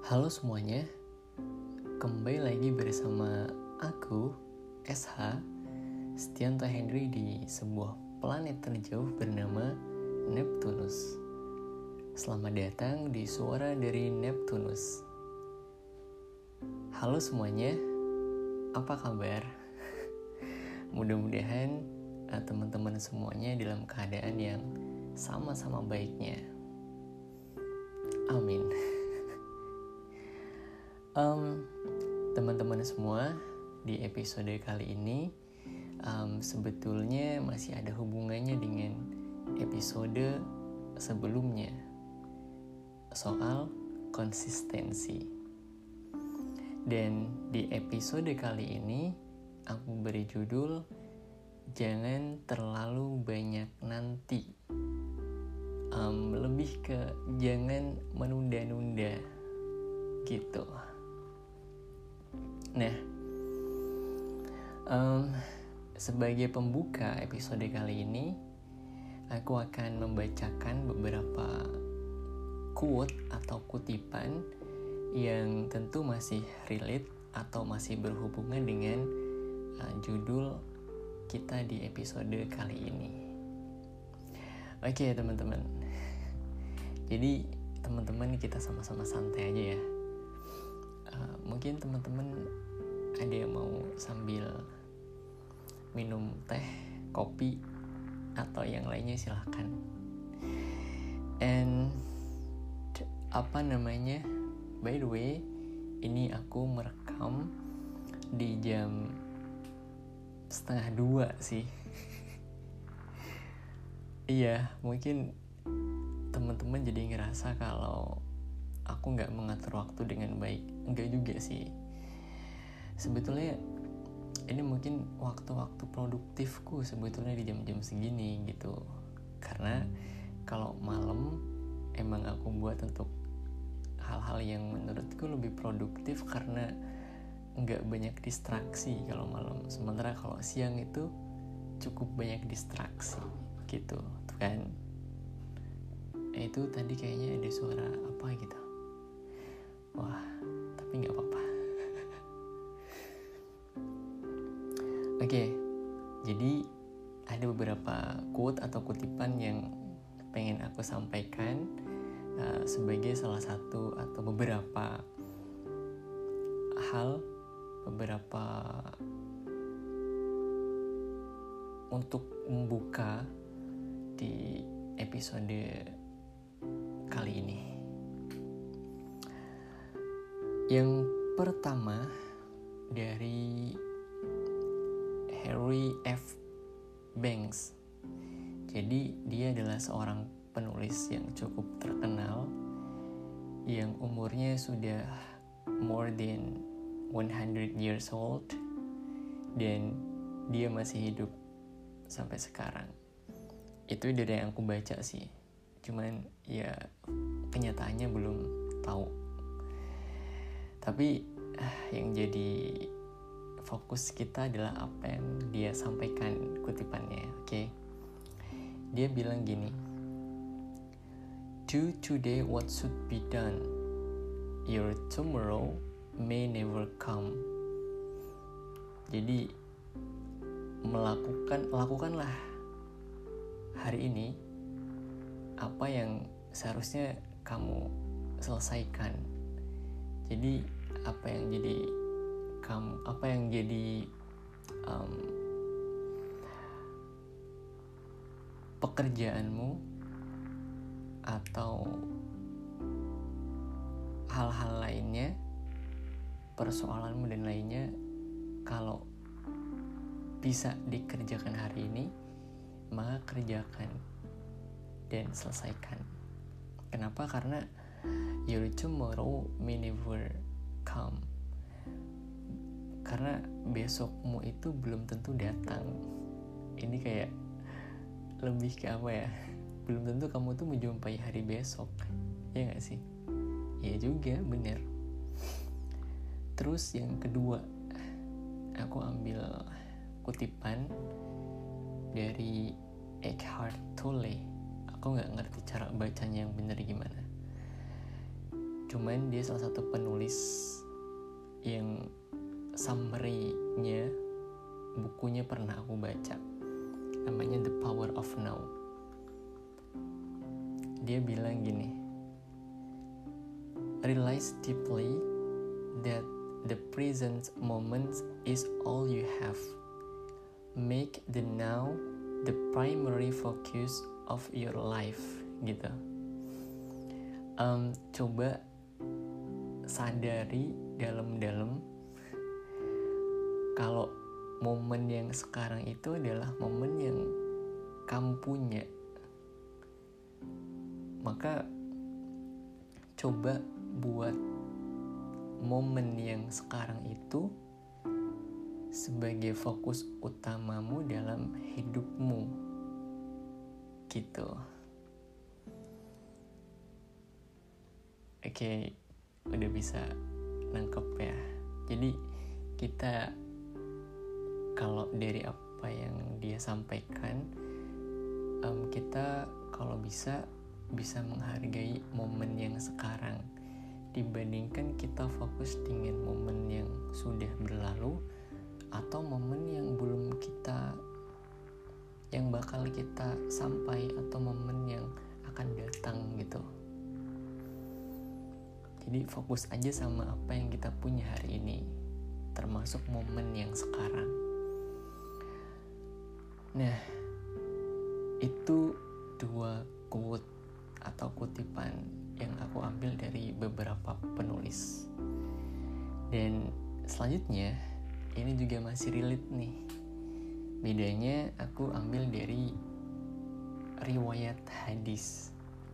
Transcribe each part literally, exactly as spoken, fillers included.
Halo semuanya, kembali lagi bersama aku, S H, Stianto Henry di sebuah planet terjauh bernama Neptunus. Selamat datang di Suara dari Neptunus. Halo semuanya, apa kabar? Mudah-mudahan uh, teman-teman semuanya dalam keadaan yang sama-sama baiknya. Amin. Um, teman-teman semua, di episode kali ini um, sebetulnya masih ada hubungannya dengan episode sebelumnya soal konsistensi. Dan di episode kali ini aku beri judul Jangan Terlalu Banyak Nanti. Um, lebih ke jangan menunda-nunda gitu. Nah, um, sebagai pembuka episode kali ini, aku akan membacakan beberapa quote atau kutipan yang tentu masih relate atau masih berhubungan dengan uh, judul kita di episode kali ini. Oke teman-teman, jadi teman-teman kita sama-sama santai aja ya. Uh, mungkin teman-teman ada yang mau sambil minum teh, kopi, atau yang lainnya silahkan. And apa namanya? By the way, ini aku merekam di jam setengah dua sih. Iya, mungkin teman-teman jadi ngerasa kalau aku nggak mengatur waktu dengan baik. Enggak juga sih. Sebetulnya ini mungkin waktu-waktu produktifku sebetulnya di jam-jam segini gitu. Karena kalau malam emang aku buat untuk hal-hal yang menurutku lebih produktif karena nggak banyak distraksi kalau malam. Sementara kalau siang itu cukup banyak distraksi gitu, tuh kan? Eh, itu tadi kayaknya ada suara apa gitu. Wah, tapi nggak apa-apa. Oke, jadi ada beberapa quote atau kutipan yang pengen aku sampaikan uh, sebagai salah satu atau beberapa hal, beberapa untuk membuka di episode kali ini. Yang pertama dari Harry F. Banks. Jadi dia adalah seorang penulis yang cukup terkenal yang umurnya sudah more than one hundred years old dan dia masih hidup sampai sekarang. Itu dari yang aku baca sih. Cuman ya kenyataannya belum tahu. Tapi yang jadi fokus kita adalah apa yang dia sampaikan kutipannya, oke? Okay? Dia bilang gini, do today what should be done. Your tomorrow may never come. Jadi melakukan lakukanlah hari ini apa yang seharusnya kamu selesaikan. Jadi apa yang jadi kamu apa yang jadi um, pekerjaanmu atau hal-hal lainnya, persoalanmu dan lainnya, kalau bisa dikerjakan hari ini, maka kerjakan dan selesaikan. Kenapa? Karena your tomorrow may never come. Karena besokmu itu belum tentu datang. Ini kayak lebih ke apa ya? Belum tentu kamu tuh menjumpai hari besok. Ya gak sih? Ya juga, bener. Terus yang kedua, aku ambil kutipan dari Eckhart Tolle. Aku gak ngerti cara bacanya yang bener gimana. cuman dia salah satu penulis yang summary-nya bukunya pernah aku baca, namanya The Power of Now. Dia bilang gini, realize deeply that the present moment is all you have. Make the now the primary focus of your life, gitu. Um, coba sadari dalam-dalam kalau momen yang sekarang itu adalah momen yang kamu punya. Maka coba buat momen yang sekarang itu sebagai fokus utamamu dalam hidupmu, gitu. Oke, udah bisa nangkep ya. Jadi kita, kalau dari apa yang dia sampaikan, um, kita kalau bisa bisa menghargai momen yang sekarang dibandingkan kita fokus dengan momen yang sudah berlalu atau momen yang belum kita, yang bakal kita sampai, atau momen yang akan datang gitu. Jadi fokus aja sama apa yang kita punya hari ini, termasuk momen yang sekarang. Nah, itu dua quote atau kutipan yang aku ambil dari beberapa penulis. Dan selanjutnya, ini juga masih relate nih. Bedanya aku ambil dari riwayat hadis.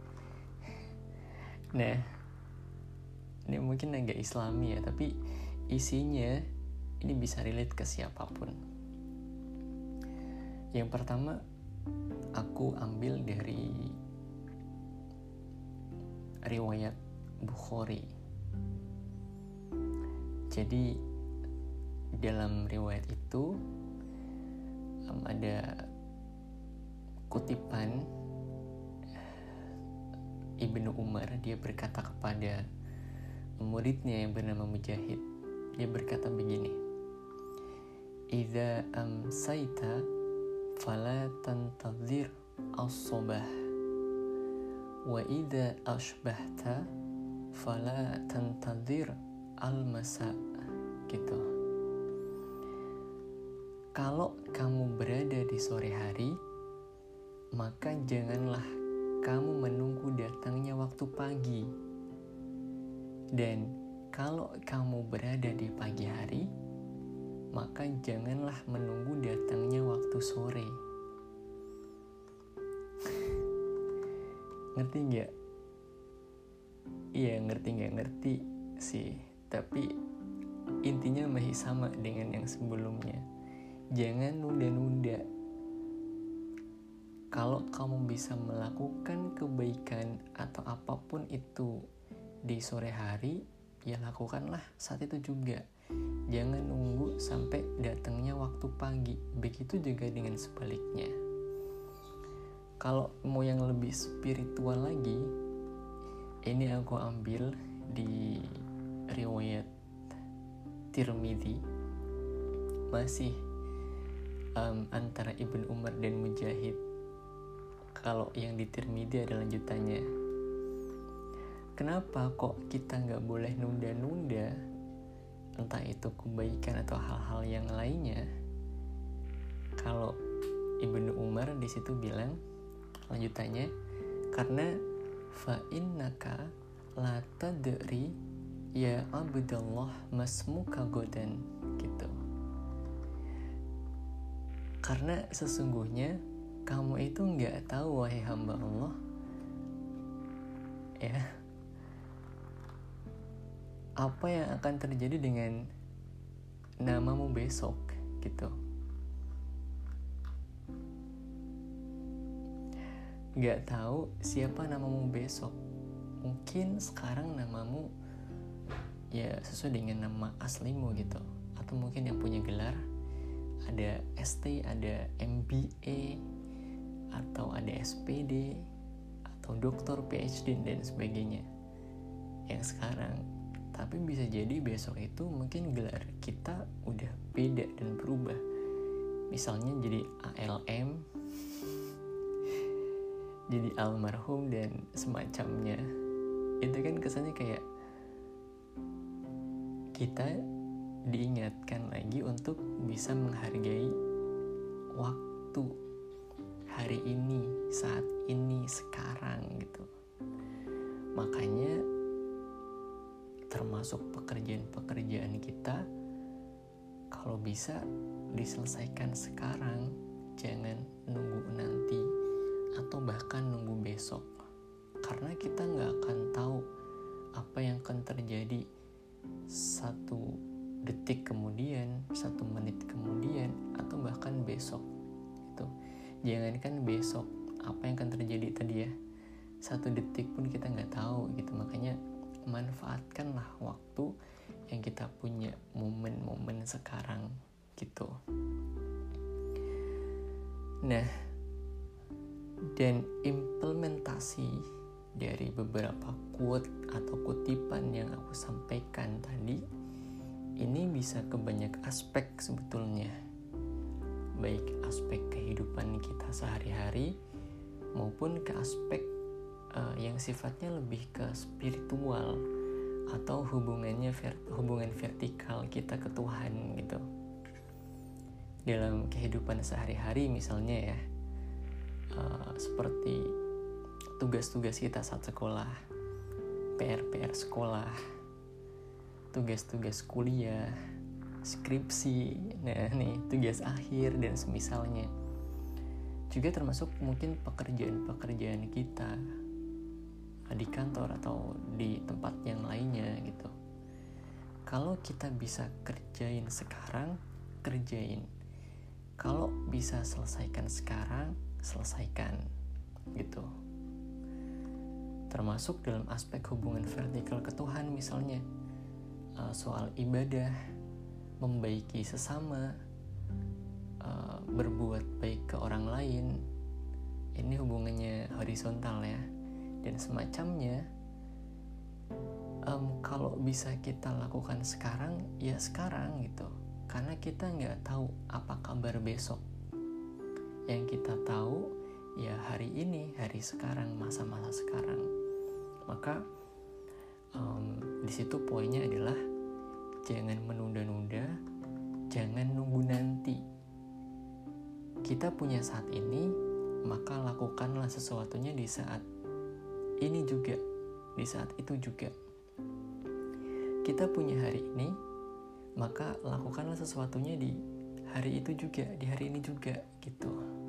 Nah, ini mungkin agak islami ya, tapi isinya ini bisa relate ke siapapun. Yang pertama, aku ambil dari riwayat Bukhari. Jadi dalam riwayat itu um, ada kutipan Ibnu Umar. Dia berkata kepada muridnya yang bernama Mujahid. Dia berkata begini, "Idza amsayta fala tantazir as-subah wa idza asbahta fala tantazir al-masa." Gitu. Kalau kamu berada di sore hari, maka janganlah kamu menunggu datangnya waktu pagi. Dan kalau kamu berada di pagi hari, maka janganlah menunggu datangnya waktu sore. Ngerti nggak? Iya, ngerti nggak ngerti sih. Tapi intinya masih sama dengan yang sebelumnya. Jangan nunda-nunda. Kalau kamu bisa melakukan kebaikan atau apapun itu di sore hari, ya lakukanlah saat itu juga. Jangan nunggu sampai datangnya waktu pagi. Begitu juga dengan sebaliknya. Kalau mau yang lebih spiritual lagi, ini aku ambil di riwayat Tirmidzi, masih um, antara Ibnu Umar dan Mujahid. Kalau yang di Tirmidzi ada lanjutannya. Kenapa kok kita nggak boleh nunda-nunda, entah itu kebaikan atau hal-hal yang lainnya? Kalau Ibnu Umar di situ bilang lanjutannya, karena fa innaka la tadri ya abdallah masmuka godan, gitu. Karena sesungguhnya kamu itu nggak tahu, wahai hamba Allah, ya, apa yang akan terjadi dengan namamu besok, gitu. Nggak tahu siapa namamu besok. Mungkin sekarang namamu ya sesuai dengan nama aslimu gitu, atau mungkin yang punya gelar ada S T, ada M B A, atau ada S P D, atau doktor, P H D, dan sebagainya. yang sekarang. Tapi bisa jadi besok itu mungkin gelar kita udah beda dan berubah. Misalnya jadi A L M, jadi almarhum dan semacamnya. Itu kan kesannya kayak kita diingatkan lagi untuk bisa menghargai waktu hari ini, saat ini, sekarang gitu. Makanya termasuk pekerjaan-pekerjaan kita kalau bisa diselesaikan sekarang, jangan nunggu nanti atau bahkan nunggu besok, karena kita nggak akan tahu apa yang akan terjadi satu detik kemudian, satu menit kemudian, atau bahkan besok. Itu jangankan besok, apa yang akan terjadi tadi ya, satu detik pun kita nggak tahu gitu. Makanya manfaatkanlah waktu yang kita punya, momen-momen sekarang gitu. Nah, dan implementasi dari beberapa quote atau kutipan yang aku sampaikan tadi, ini bisa ke banyak aspek sebetulnya, baik aspek kehidupan kita sehari-hari maupun ke aspek uh, yang sifatnya lebih ke spiritual atau hubungannya ver- hubungan vertikal kita ke Tuhan gitu. Dalam kehidupan sehari-hari misalnya ya, uh, seperti tugas-tugas kita saat sekolah, P R-P R sekolah, tugas-tugas kuliah, skripsi, nah nih tugas akhir dan semisalnya. Juga termasuk mungkin pekerjaan-pekerjaan kita di kantor atau di tempat yang lainnya gitu. Kalau kita bisa kerjain sekarang, kerjain. Kalau bisa selesaikan sekarang, selesaikan gitu. Termasuk dalam aspek hubungan vertikal ke Tuhan misalnya, uh, soal ibadah, membaiki sesama, uh, berbuat baik ke orang lain. Ini hubungannya horizontal ya, dan semacamnya. Um, kalau bisa kita lakukan sekarang, ya sekarang gitu. Karena kita nggak tahu apa kabar besok. Yang kita tahu ya hari ini, hari sekarang, masa-masa sekarang. Maka um, di situ poinnya adalah jangan menunda-nunda, jangan nunggu nanti. Kita punya saat ini, maka lakukanlah sesuatunya di saat ini juga, di saat itu juga. Kita punya hari ini, maka lakukanlah sesuatunya di hari itu juga, di hari ini juga gitu.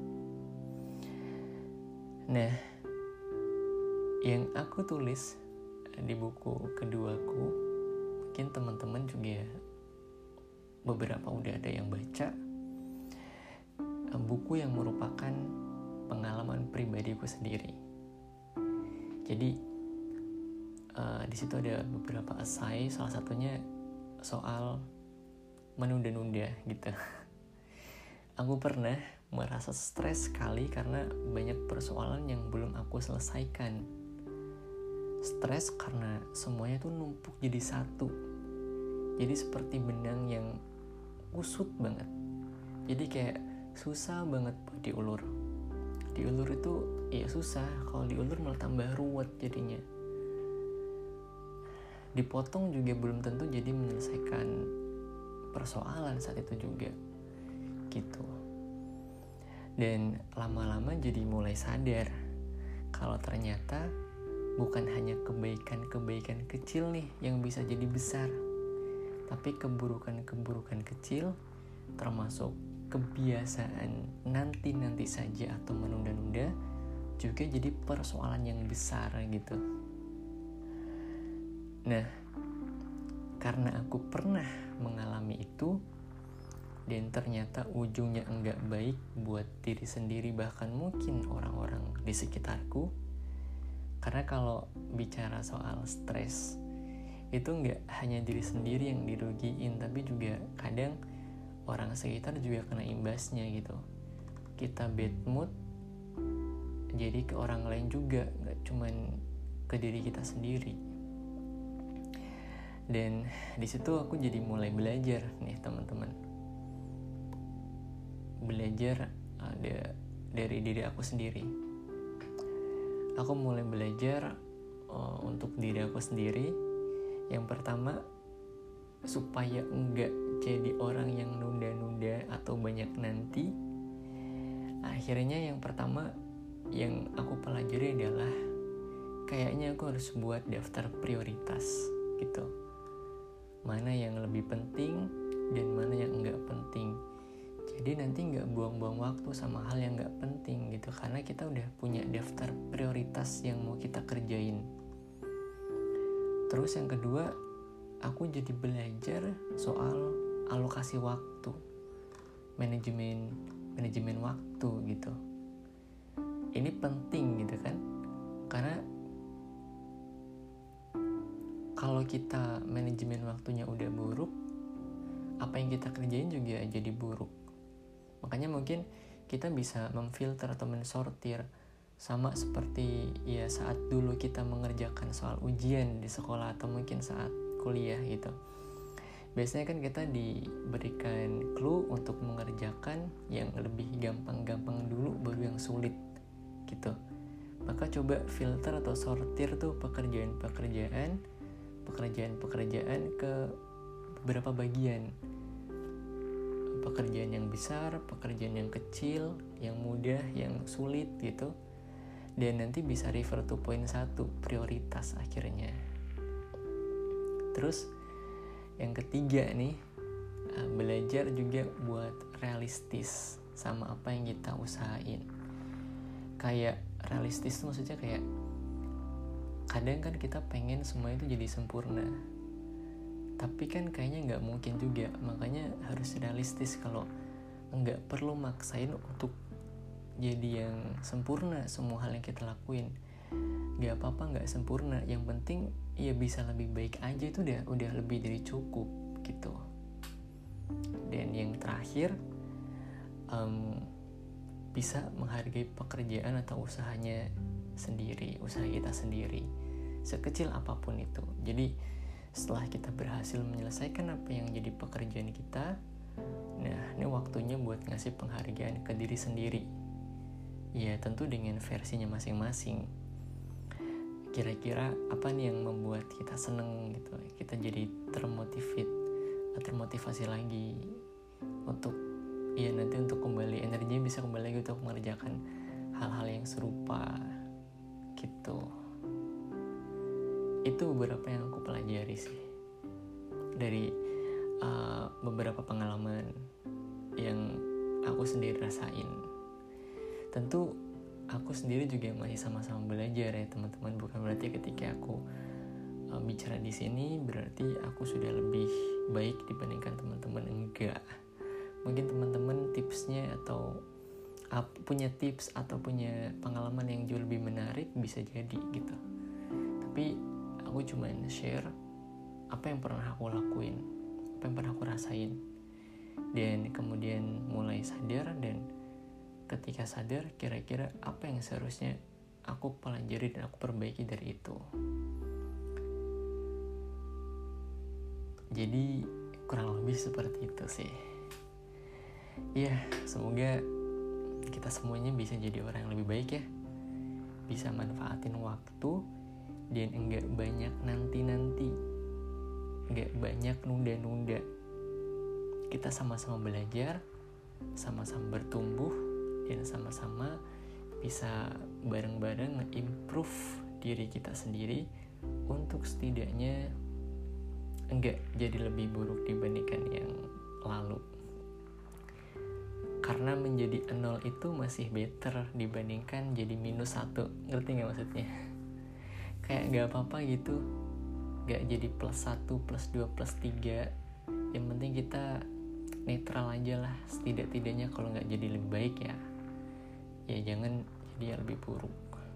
Nah, yang aku tulis di buku keduaku, mungkin teman-teman juga beberapa udah ada yang baca, buku yang merupakan pengalaman pribadiku sendiri. Jadi uh, di situ ada beberapa esai, salah satunya soal menunda-nunda gitu. Aku pernah merasa stres sekali karena banyak persoalan yang belum aku selesaikan. Stres karena semuanya tuh numpuk jadi satu. Jadi seperti benang yang kusut banget. Jadi kayak susah banget buat diulur. Diulur itu ya susah, kalau diulur malah tambah ruwet jadinya. Dipotong juga belum tentu jadi menyelesaikan persoalan saat itu juga gitu. Dan lama-lama jadi mulai sadar kalau ternyata bukan hanya kebaikan-kebaikan kecil nih yang bisa jadi besar, tapi keburukan-keburukan kecil termasuk kebiasaan nanti-nanti saja atau menunda-nunda juga jadi persoalan yang besar gitu. Nah, karena aku pernah mengalami itu dan ternyata ujungnya enggak baik buat diri sendiri, bahkan mungkin orang-orang di sekitarku. Karena kalau bicara soal stres, itu enggak hanya diri sendiri yang dirugiin, tapi juga kadang orang sekitar juga kena imbasnya gitu. Kita bad mood, jadi ke orang lain juga, gak cuman ke diri kita sendiri. Dan di situ aku jadi mulai belajar nih teman-teman, belajar ada dari diri aku sendiri. Aku mulai belajar uh, untuk diri aku sendiri. Yang pertama, supaya enggak jadi orang yang nunda-nunda atau banyak nanti. Akhirnya yang pertama yang aku pelajari adalah kayaknya aku harus buat daftar prioritas gitu. Mana yang lebih penting dan mana yang enggak penting. Jadi nanti enggak buang-buang waktu sama hal yang enggak penting gitu, karena kita udah punya daftar prioritas yang mau kita kerjain. Terus yang kedua, aku jadi belajar soal alokasi waktu, manajemen manajemen waktu gitu. Ini penting gitu kan, karena kalau kita manajemen waktunya udah buruk, apa yang kita kerjain juga jadi buruk. Makanya mungkin kita bisa memfilter atau mensortir, sama seperti ya saat dulu kita mengerjakan soal ujian di sekolah atau mungkin saat kuliah gitu. Biasanya kan kita diberikan clue untuk mengerjakan yang lebih gampang-gampang dulu baru yang sulit gitu. Maka coba filter atau sortir tuh pekerjaan-pekerjaan pekerjaan-pekerjaan ke beberapa bagian. Pekerjaan yang besar, pekerjaan yang kecil, yang mudah, yang sulit gitu. Dan nanti bisa refer to poin satu, prioritas akhirnya. Terus yang ketiga nih, belajar juga buat realistis sama apa yang kita usahain. Kayak realistis tuh maksudnya kayak kadang kan kita pengen semua itu jadi sempurna, tapi kan kayaknya gak mungkin juga. Makanya harus realistis kalau gak perlu maksain untuk jadi yang sempurna semua hal yang kita lakuin. Gak apa-apa gak sempurna, yang penting ya bisa lebih baik aja, itu udah udah lebih dari cukup gitu. Dan yang terakhir, um, bisa menghargai pekerjaan atau usahanya sendiri, usaha kita sendiri, sekecil apapun itu. Jadi setelah kita berhasil menyelesaikan apa yang jadi pekerjaan kita, nah ini waktunya buat ngasih penghargaan ke diri sendiri. Ya tentu dengan versinya masing-masing. Kira-kira apa nih yang membuat kita seneng gitu, kita jadi termotivate, termotivasi lagi untuk ya nanti untuk kembali, energinya bisa kembali lagi untuk mengerjakan hal-hal yang serupa gitu. Itu beberapa yang aku pelajari sih dari uh, beberapa pengalaman yang aku sendiri rasain. Tentu aku sendiri juga masih sama-sama belajar ya teman-teman. Bukan berarti ketika aku uh, bicara di sini berarti aku sudah lebih baik dibandingkan teman-teman, enggak. Mungkin teman-teman tipsnya atau uh, punya tips atau punya pengalaman yang jauh lebih menarik, bisa jadi gitu. Tapi aku cuma share apa yang pernah aku lakuin, apa yang pernah aku rasain, dan kemudian mulai sadar. Dan ketika sadar, kira-kira apa yang seharusnya aku pelajari dan aku perbaiki dari itu. Jadi kurang lebih seperti itu sih. Ya, semoga kita semuanya bisa jadi orang yang lebih baik ya. Bisa manfaatin waktu dan enggak banyak nanti-nanti, enggak banyak nunda-nunda. Kita sama-sama belajar, sama-sama bertumbuh, dan sama-sama bisa bareng-bareng nge-improve diri kita sendiri untuk setidaknya enggak jadi lebih buruk dibandingkan yang lalu. Karena menjadi nol itu masih better dibandingkan jadi minus satu. Ngerti gak maksudnya? Kayak gak apa-apa gitu, gak jadi plus satu, plus dua, plus tiga. Yang penting kita netral aja lah. Setidak-tidaknya kalau gak jadi lebih baik ya, ya jangan jadi lebih buruk.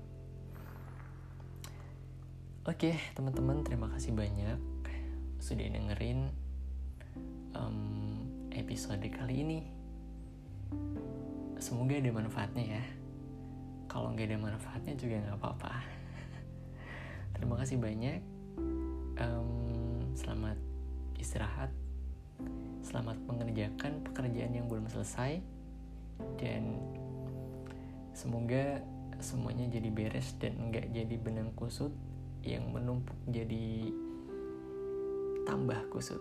Oke teman-teman, terima kasih banyak sudah dengerin um, episode kali ini. Semoga ada manfaatnya ya. Kalau nggak ada manfaatnya juga nggak apa-apa. Terima kasih banyak. Um, selamat istirahat, selamat mengerjakan pekerjaan yang belum selesai, dan semoga semuanya jadi beres dan enggak jadi benang kusut yang menumpuk jadi tambah kusut.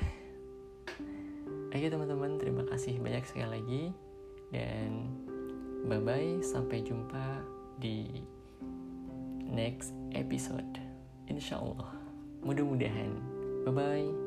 Oke teman-teman, terima kasih banyak sekali lagi, dan bye-bye, sampai jumpa di next episode, insya Allah, mudah-mudahan. Bye-bye.